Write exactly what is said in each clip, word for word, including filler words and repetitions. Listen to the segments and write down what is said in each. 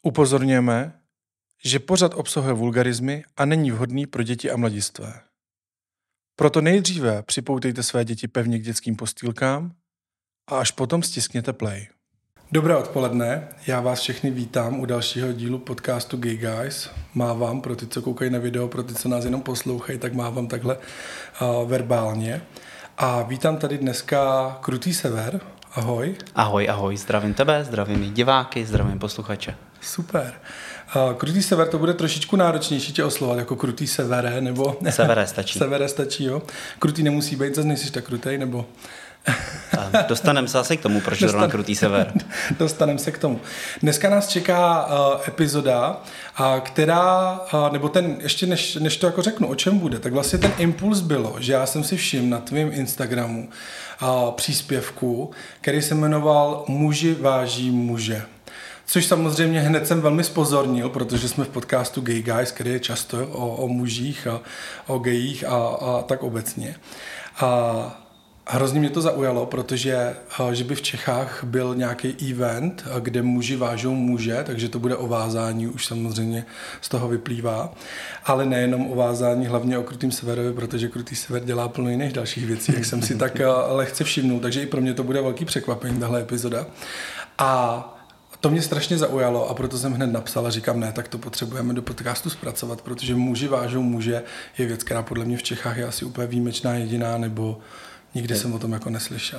Upozorňujeme, že pořad obsahuje vulgarizmy a není vhodný pro děti a mladistvé. Proto nejdříve připoutejte své děti pevně k dětským postýlkám a až potom stiskněte play. Dobré odpoledne, já vás všechny vítám u dalšího dílu podcastu Gay Guys. Mávám pro ty, co koukají na video, pro ty, co nás jenom poslouchají, tak mávám takhle uh, verbálně. A vítám tady dneska Krutý sever. Ahoj. Ahoj, ahoj, zdravím tebe, zdravím i diváky, zdravím posluchače. Super. Uh, Krutý sever, to bude trošičku náročnější tě oslovat, jako Krutý severe, nebo... Severe stačí. Severe stačí, jo. Krutý nemusí být, zase nejsi tak krutej, nebo... Dostaneme se asi k tomu, proč zrovna Krutý sever. Dostaneme se k tomu. Dneska nás čeká uh, epizoda, uh, která, uh, nebo ten, ještě než, než to jako řeknu, o čem bude, tak vlastně ten impuls bylo, že já jsem si všiml na tvém Instagramu uh, příspěvku, který se jmenoval Muži váží muže. Což samozřejmě hned jsem velmi spozornil, protože jsme v podcastu Gay Guys, který je často o, o mužích a o gejích a, a tak obecně. A hrozně mě to zaujalo, protože že by v Čechách byl nějaký event, kde muži vážou muže, takže to bude o vázání, už samozřejmě z toho vyplývá, ale nejenom o vázání, hlavně o Krutým severovi, protože Krutý sever dělá plno jiných dalších věcí, jak jsem si tak lehce všimnul, takže i pro mě to bude velký překvapení, tahle epizoda. A to mě strašně zaujalo a proto jsem hned napsal a říkám, ne, tak to potřebujeme do podcastu zpracovat, protože muži vážou muže je věc, která podle mě v Čechách je asi úplně výjimečná, jediná, nebo nikdy jsem o tom jako neslyšel.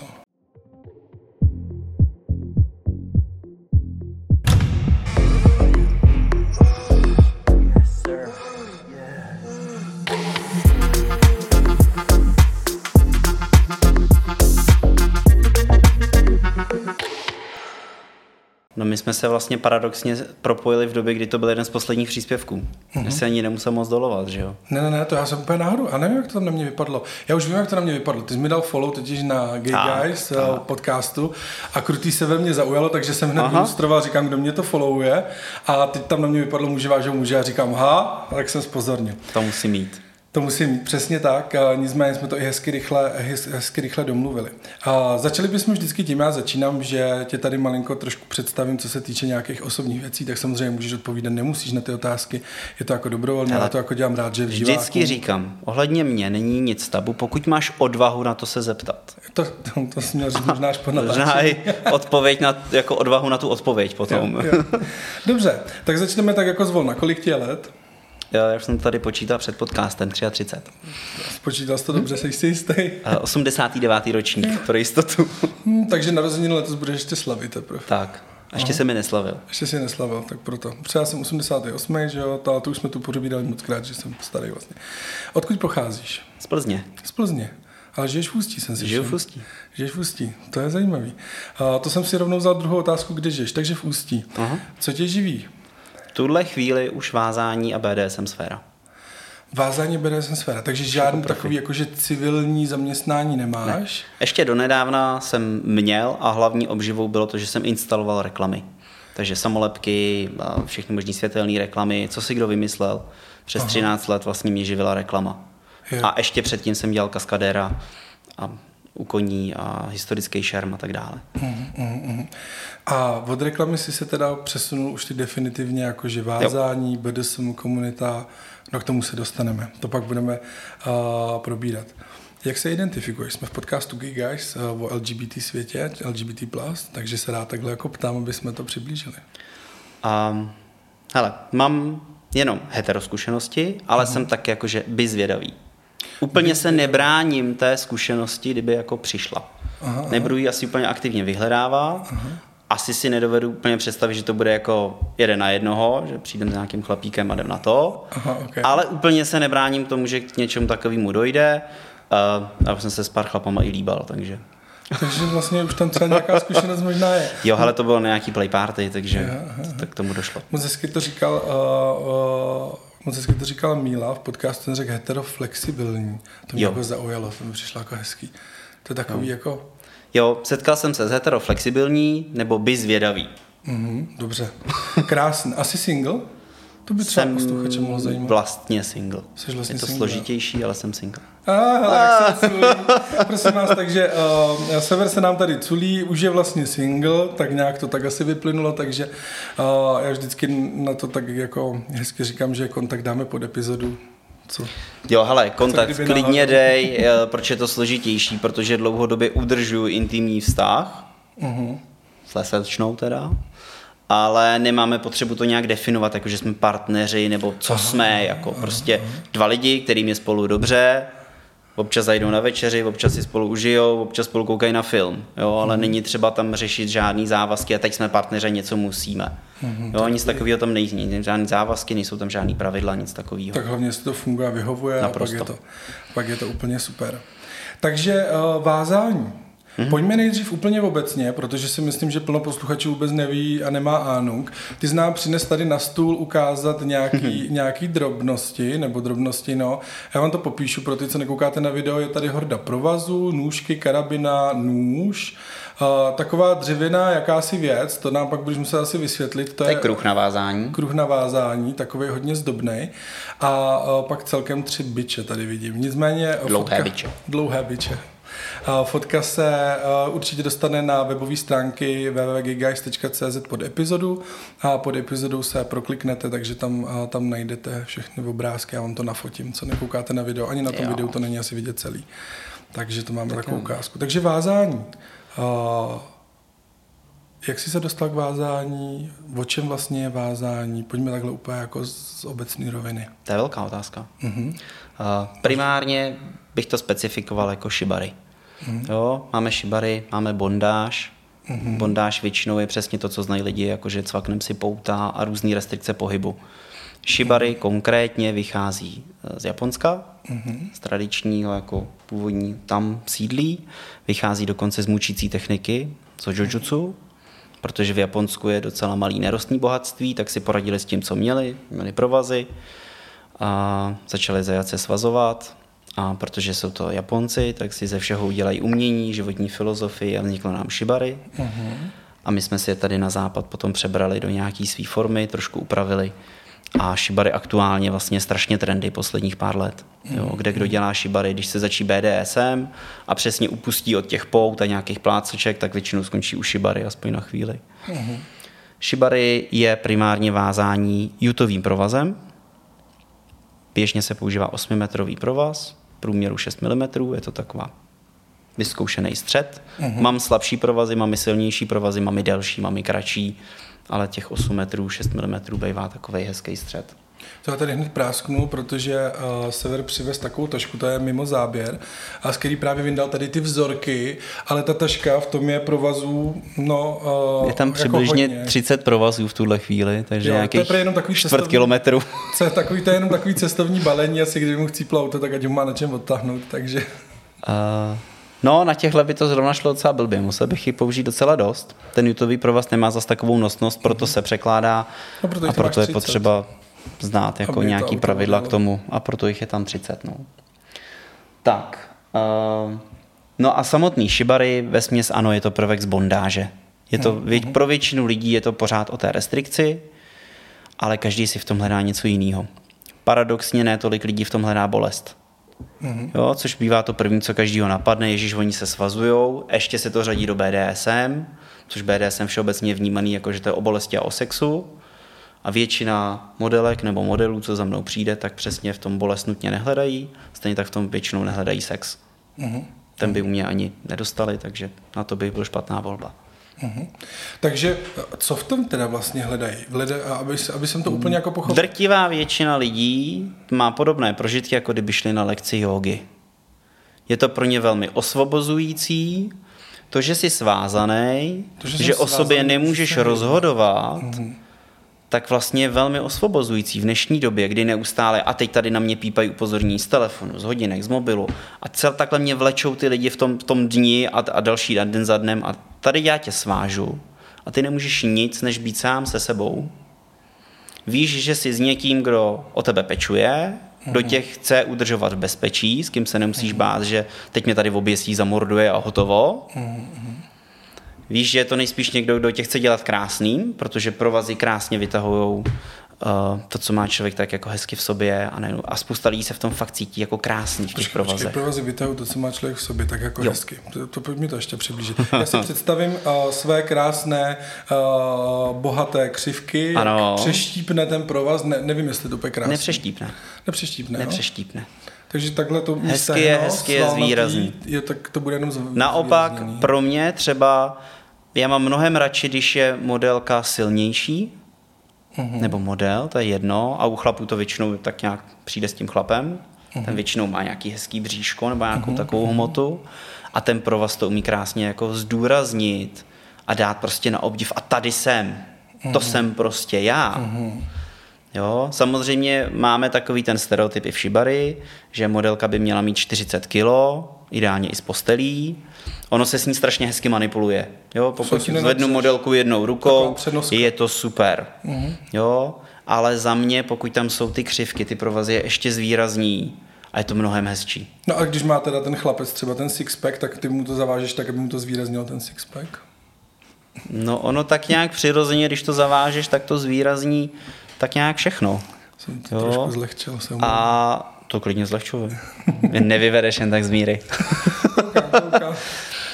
No my jsme se vlastně paradoxně propojili v době, kdy to byl jeden z posledních příspěvků. Mm-hmm. Já si ani nemusel moc dolovat, že jo? Ne, ne, ne, to já jsem úplně náhodou. A nevím, jak to tam na mě vypadlo. Já už vím, jak to na mě vypadlo. Ty jsi mi dal follow totiž na Gay a, Guys a. podcastu a Krutý sever mě zaujalo, takže jsem hned ilustroval, říkám, kdo mě to followuje a teď tam na mě vypadlo Muži vážou muže a říkám, ha, tak jsem zpozornil. To musí mít. To musím mít, přesně tak, a nicméně jsme to i hezky rychle, hezky rychle domluvili. A začali bychom vždycky tím, já začínám, že tě tady malinko trošku představím, co se týče nějakých osobních věcí, tak samozřejmě můžeš odpovídat, nemusíš na ty otázky, je to jako dobrovolné, já to jako dělám rád, že vždycky divákům... říkám, ohledně mě není nic tabu, pokud máš odvahu na to se zeptat. To, to, to jsi měl říct možná až po natáčení. Možná i odpověď na, jako odvahu na tu odpověď potom. Jo, jo. Dobře, tak začneme tak jako zvolna, kolik ti je let? Já už jsem tady počítal před podcastem třicet tři. Spočítal jsi to dobře, jsi si jistý? osmdesátý devátý ročník, pro jistotu. Hmm, takže narozeniny letos budeš ještě slavit teprve. Tak, ještě Aha. se mi neslavil. Ještě si neslavil, tak proto. Protože já jsem osmdesátý osmý, že jo, to, to už jsme tu pořebírali moc krát, že jsem starý vlastně. Odkud pocházíš? Z Plzně. Z Plzně. Ale žiješ v Ústí, jsem si Žiju v Ústí. Žiješ v Ústí, to je zajímavý. A to jsem si rovnou vzal druhou otázku, kde žiješ, takže v Ústí. Aha. Co tě živí? V tuhle chvíli už vázání a bé dé es em sféra. Vázání bé dé es em sféra, takže žádný takový jakože civilní zaměstnání nemáš? Ne. Ještě donedávna jsem měl a hlavní obživou bylo to, že jsem instaloval reklamy. Takže samolepky, všechny možný světelné reklamy, co si kdo vymyslel. Přes Aha. třináct let vlastně mě živila reklama. Je. A ještě předtím jsem dělal kaskadéra a u koní a historický šerm a tak dále. Uh, uh, uh. A od reklamy si se teda přesunul už ty definitivně jakože vázání, bé dé es em komunita, no k tomu se dostaneme. To pak budeme uh, probírat. Jak se identifikuješ? Jsme v podcastu Gay Guys uh, o el gé bé té světě, el gé bé té plus, takže se rád takhle jako ptám, aby jsme to přiblížili. Um, hele, mám jenom heteroskušenosti, ale uh-huh. jsem tak jakože bizvědavý. Úplně se nebráním té zkušenosti, kdyby jako přišla. Aha, aha. Nebudu ji asi úplně aktivně vyhledávat. Aha. Asi si nedovedu úplně představit, že to bude jako jeden na jednoho, že přijdem s nějakým chlapíkem a jdem na to. Aha, okay. Ale úplně se nebráním tomu, že k něčemu takovému dojde. Uh, a jsem se s pár chlapama i líbal, takže... Takže vlastně už tam třeba nějaká zkušenost možná je. Jo, ale to bylo na nějaký play party, takže aha, aha. tak k tomu došlo. Moc hezky to říkal... Uh, uh... Moc hezky to říkala Míla, v podcastu ten řekl heteroflexibilní. To mě jo. jako zaujalo, to mi přišlo jako hezký. To je takový jo. jako... Jo, setkal jsem se s heteroflexibilní nebo bizvědavý. Mhm, dobře. Krásný. Asi single? To by třeba posluchače mohlo zajímat. Vlastně single. Vlastně je to single. složitější, ale jsem single. Ah, jak se culí. Prosím vás, takže uh, Sever se nám tady culí, už je vlastně single, tak nějak to tak asi vyplynulo, takže uh, já vždycky na to tak jako hezky říkám, že kontakt dáme pod epizodu. Co? Jo, hele, kontakt klidně náhodou? dej, proč je to složitější, protože dlouhodobě udržuji intimní vztah, Uh-huh. slesečnou teda, ale nemáme potřebu to nějak definovat, jako že jsme partneři, nebo co aha, jsme, jako aha, prostě aha. dva lidi, kterým je spolu dobře, občas zajdou na večeři, občas si spolu užijou, občas spolu koukají na film, jo, ale hmm. není třeba tam řešit žádný závazky a teď jsme partneři, něco musíme. Hmm, jo, nic takového tam není, žádný závazky, nejsou tam žádný pravidla, nic takového. Tak hlavně si to funguje a vyhovuje Naprosto. a pak je, to, pak je to úplně super. Takže uh, vázání. Mm-hmm. Pojďme nejdřív úplně obecně, protože si myslím, že plno posluchačů vůbec neví a nemá ánung. Ty jsi nám přines tady na stůl ukázat nějaký, mm-hmm. nějaký drobnosti, nebo drobnosti, no. Já vám to popíšu, pro ty, co nekoukáte na video, je tady horda provazů, nůžky, karabina, nůž. Uh, taková dřevěná jakási věc, to nám pak budeš muset asi vysvětlit. To, to je, je kruh na vázání. Kruh na vázání, takový hodně zdobnej. A uh, pak celkem tři biče tady vidím. Nicméně... Dlouhé fotka, biče. Dlouhé biče. Fotka se určitě dostane na webové stránky w w w tečka gigaguys tečka c z pod epizodu a pod epizodou se prokliknete, takže tam, tam najdete všechny obrázky, já vám to nafotím, co nekoukáte na video, ani na tom jo. videu to není asi vidět celý. Takže to máme tak takovou ukázku. Takže vázání. Jak jsi se dostal k vázání? O čem vlastně je vázání? Pojďme takhle úplně jako z obecné roviny. To je velká otázka. Uh-huh. Uh, primárně bych to specifikoval jako shibari. Mm. Jo, máme shibari, máme bondáž. Mm. Bondáž většinou je přesně to, co znají lidi, jakože cvaknem si pouta a různý restrikce pohybu. Shibari mm. konkrétně vychází z Japonska, mm. z tradičního jako původní tam sídlí, vychází dokonce z mučící techniky, z jojutsu, mm. protože v Japonsku je docela malý nerostný bohatství, tak si poradili s tím, co měli, měli provazy a začali zajace svazovat. A protože jsou to Japonci, tak si ze všeho udělají umění, životní filozofii a vzniklo nám shibari. Uh-huh. A my jsme si je tady na západ potom přebrali do nějaký své formy, trošku upravili. A shibari aktuálně vlastně strašně trendy posledních pár let. Uh-huh. Jo, kde kdo dělá shibari, když se začí B D S M a přesně upustí od těch pout a nějakých pláceček, tak většinou skončí u shibari, aspoň na chvíli. Uh-huh. Shibari je primárně vázání jutovým provazem. Běžně se používá osmimetrový provaz, průměru šest milimetrů, je to taková vyzkoušený střed. Uh-huh. Mám slabší provazy, mám i silnější provazy, mám i delší, mám i kratší, ale těch osm metrů, šest milimetrů bývá takovej hezký střed. To já tady hned prásknu, protože uh, Sever přivez takovou tašku, to je mimo záběr, a z který právě vyndal tady ty vzorky, ale ta taška v tom je provazů, no uh, je tam přibližně jako třicet provazů v tuhle chvíli, takže jo, nějakých čtvrt kilometru. Co, takový, to je jenom takový cestovní balení, asi kdyby mu chcípl auto, tak ať ho má na čem odtáhnout, takže... Uh... No, na těchhle by to zrovna šlo docela blbě. Musel bych ji použít docela dost. Ten jutový provaz nemá zas takovou nosnost, proto se překládá no, proto a proto je potřeba znát jako nějaký pravidla k tomu a proto jich je tam třicet. No. Tak. Uh, no a samotný shibari vesměs ano, je to prvek z bondáže. Je to, uh-huh. Pro většinu lidí je to pořád o té restrikci, ale každý si v tom hledá něco jiného. Paradoxně ne tolik lidí v tom hledá bolest. Mm-hmm. Jo, což bývá to první, co každýho napadne, ježíš, oni se svazujou, ještě se to řadí do B D S M, což B D S M všeobecně je vnímaný jako, že to je o bolesti a o sexu a většina modelek nebo modelů, co za mnou přijde, tak přesně v tom bolest nutně nehledají, stejně tak v tom většinou nehledají sex. Mm-hmm. Ten by u mě ani nedostali, takže na to by byl špatná volba. Uhum. Takže co v tom teda vlastně hledají? Hledaj, aby, aby jsem to úplně jako pochopil. Drtivá většina lidí má podobné prožitky, jako kdyby šli na lekci jógy. Je to pro ně velmi osvobozující. To, že jsi svázaný, to, že, že o sobě nemůžeš rozhodovat, uhum. tak vlastně je velmi osvobozující v dnešní době, kdy neustále, a teď tady na mě pípají upozornění z telefonu, z hodinek, z mobilu a cel takhle mě vlečou ty lidi v tom, v tom dni a, a další den za dnem a tady já tě svážu a ty nemůžeš nic, než být sám se sebou. Víš, že jsi s někým, kdo o tebe pečuje, kdo tě chce udržovat v bezpečí, s kým se nemusíš bát, že teď mě tady oběsí, zamorduje a hotovo. Víš, že je to nejspíš někdo, kdo tě chce dělat krásným, protože provazy krásně vytahujou Uh, to, co má člověk tak jako hezky v sobě a, ne, a spousta lidí se v tom fakt cítí jako krásný v těch provazech. Počkej, provazy vytahují to, co má člověk v sobě, tak jako jo. hezky. To, to pojď mi to ještě přiblížit. Já si představím uh, své krásné, uh, bohaté křivky, ano. Přeštípne ten provaz, ne, nevím, jestli to je krásný. Nepřeštípne. Nepřeštípne, Nepřeštípne. No? Takže takhle to hezky je, hezky je zvýrazný. Je, tak to bude jenom zvýrazný. Naopak pro mě třeba, já mám mnohem radši, když je modelka silnější, uhum. nebo model, to je jedno, a u chlapů to většinou tak nějak přijde s tím chlapem, uhum. ten většinou má nějaký hezký bříško nebo nějakou uhum. takovou hmotu a ten provaz to umí krásně jako zdůraznit a dát prostě na obdiv a tady jsem, uhum. to jsem prostě já. Uhum. Jo, samozřejmě máme takový ten stereotyp i v šibari, že modelka by měla mít čtyřicet kilo, ideálně i z postelí. Ono se s ní strašně hezky manipuluje. Jo, pokud zvednu modelku jednou rukou, je to super. Uh-huh. Jo, ale za mě, pokud tam jsou ty křivky, ty provazy je ještě zvýrazní a je to mnohem hezčí. No a když má teda ten chlapec třeba ten sixpack, tak ty mu to zavážeš tak, aby mu to zvýraznilo ten sixpack? No ono tak nějak přirozeně, když to zavážeš, tak to zvýrazní tak nějak všechno. Jsem to jo. trošku zlehčil. Jsem a to klidně zlehčuji. Nevyvedeš jen tak z míry. Koukám, koukám. uh,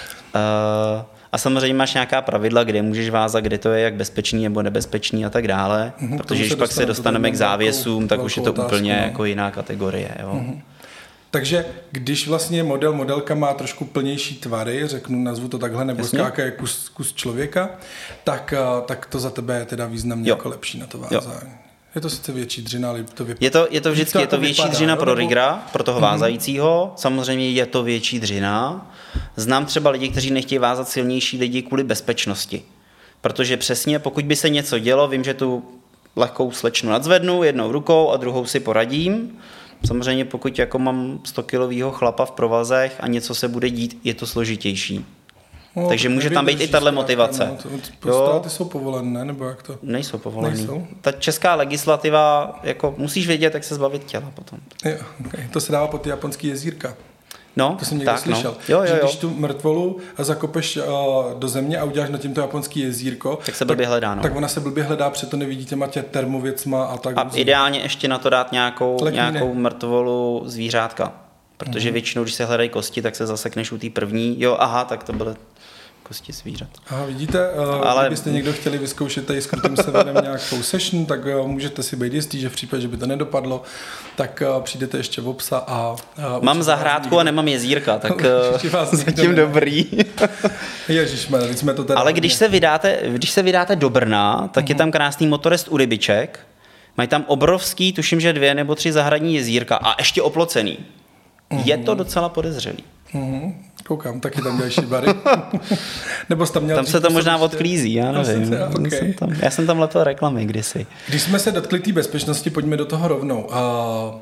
a samozřejmě máš nějaká pravidla, kde můžeš vázat, kde to je jak bezpečný nebo nebezpečný a tak dále. Mm-hmm, protože když pak se dostaneme k závěsům, tak už je to otázku, úplně no. jako jiná kategorie. Jo. Mm-hmm. Takže když vlastně model, modelka má trošku plnější tvary, řeknu, nazvu to takhle, nebo skáka je kus, kus člověka, tak, tak to za tebe je teda významně jo. jako lepší na to vázání. Jo. Je to sice větší dřina, ale to vypadá. Je to, je to vždycky to je to větší vypadá, dřina pro riggera, pro toho vázajícího. Samozřejmě je to větší dřina. Znám třeba lidi, kteří nechtějí vázat silnější lidi kvůli bezpečnosti. Protože přesně, pokud by se něco dělo, vím, že tu lehkou slečnu nadzvednu jednou rukou a druhou si poradím. Samozřejmě pokud jako mám sto kilovýho chlapa v provazech a něco se bude dít, je to složitější. No, takže může tam být i tahle motivace. No, to, ty jsou povolené, nebo jak to? Nejsou povolený. Ta česká legislativa, jako musíš vědět, jak se zbavit těla potom. Jo, okay. To se dává pod ty japonský jezírka. No, to jsem někde tak, slyšel. No. Jo, jo, že jo. když tu mrtvolu zakopeš uh, do země a uděláš na tímto japonský jezírko, tak se blbě hledá. No. Tak ona se blbě hledá, protože nevidí těma tě termověcma a tak. A ideálně ještě na to dát nějakou, nějakou mrtvolu zvířátka. Protože mm. většinou, když se hledají kosti, tak se zasekneš u té první. Jo, aha, tak to byly kosti zvířat. Aha, vidíte, uh, ale... kdybyste někdo chtěli vyzkoušet tady s Krutým Severem nějakou session, tak uh, můžete si být jistý, že v případě, že by to nedopadlo, tak uh, přijdete ještě v obsa a... Uh, mám zahrádku někdo... a nemám jezírka, tak uh, zatím dobrý. Ježišmane, teď jsme to teda... Ale když se, vydáte, když se vydáte do Brna, tak uh-huh. je tam krásný motorest u Rybiček. Mají tam obrovský, tuším, že dvě nebo tři zahradní jezírka a ještě oplocený. Uh-huh. Je to docela podezřelý. Uh-huh. Koukám, taky tam dělají šibary. Nebo tam měl tam se to možná ještě... odklízí, já nevím. Se, okay. jsem tam, já jsem tam lepil reklamy kdysi. Když jsme se dotkli té bezpečnosti, pojďme do toho rovnou. Uh,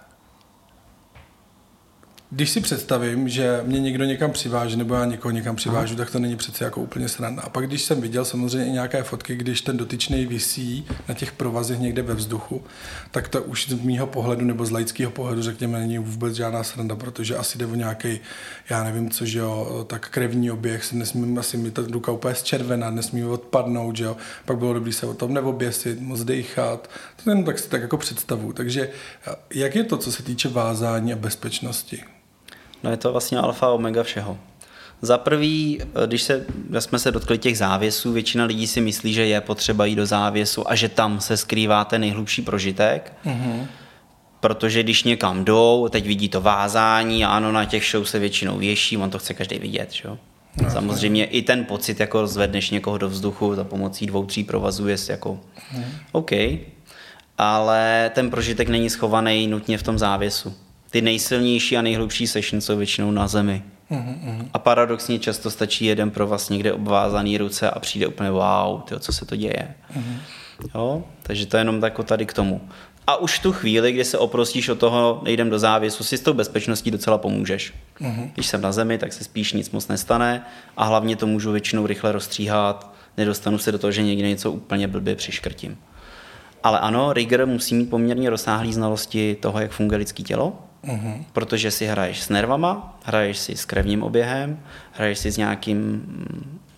když si představím, že mě někdo někam přiváže, nebo já někoho někam přivážu, Aha. tak to není přece jako úplně sranda. A pak když jsem viděl samozřejmě i nějaké fotky, když ten dotyčný visí na těch provazech někde ve vzduchu, tak to už z mýho pohledu nebo z laického pohledu, řekněme, není vůbec žádná sranda, protože asi jde o nějaký, já nevím co, že jo, tak krevní oběh, si nesmím, asi mi ta ruka úplně zčervená, nesmí odpadnout, že jo, pak bylo dobré se o tom neoběsit, moc dejchat, to jenom tak si tak jako představu. Takže jak je to, co se týče vázání a bezpečnosti? No je to vlastně alfa omega všeho. Za prvý, když se, jsme se dotkli těch závěsů, většina lidí si myslí, že je potřeba jít do závěsu a že tam se skrývá ten nejhlubší prožitek. Mm-hmm. Protože když někam jdou, teď vidí to vázání a ano, na těch show se většinou věší, on to chce každý vidět. Že? No, samozřejmě i ten pocit, jako zvedneš někoho do vzduchu za pomocí dvou, tří provazů je jako mm. OK. Ale ten prožitek není schovaný nutně v tom závěsu. Ty nejsilnější a nejhlubší session jsou většinou na zemi. Mm-hmm. A paradoxně často stačí jeden provaz někde obvázaný ruce a přijde úplně wow, tyjo, co se to děje. Mm-hmm. Jo? Takže to je jenom tako tady k tomu. A už v tu chvíli, kdy se oprostíš od toho, nejdem do závěsu, si s tou bezpečností docela pomůžeš. Mm-hmm. Když jsem na zemi, tak se spíš nic moc nestane a hlavně to můžu většinou rychle rozstříhat, nedostanu se do toho, že někde něco úplně blbě přiškrtím. Ale ano, rigger musí mít poměrně rozsáhlé znalosti toho, jak funguje lidské tělo, mm-hmm. protože si hraješ s nervama, hraješ si s krevním oběhem, hraješ si s nějakým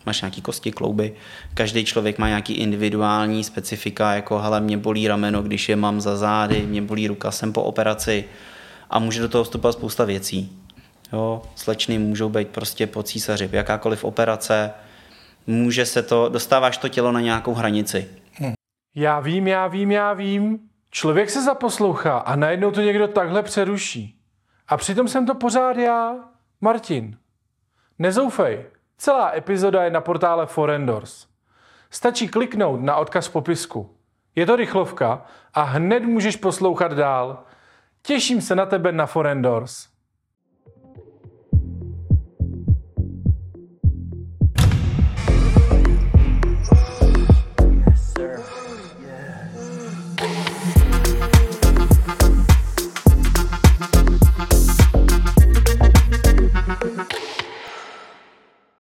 máš nějaký kosti, klouby, každý člověk má nějaký individuální specifika, jako hele, mě bolí rameno, když je mám za zády, mě bolí ruka, jsem po operaci a může do toho vstupovat spousta věcí. Jo, slečny můžou být prostě po císaři, jakákoliv operace, může se to, dostáváš to tělo na nějakou hranici. Hm. Já vím, já vím, já vím. Člověk se zaposlouchá a najednou to někdo takhle přeruší. A přitom jsem to pořád já, Martin. Nezoufej, celá epizoda je na portále Forendors. Stačí kliknout na odkaz v popisku. Je to rychlovka a hned můžeš poslouchat dál. Těším se na tebe na Forendors.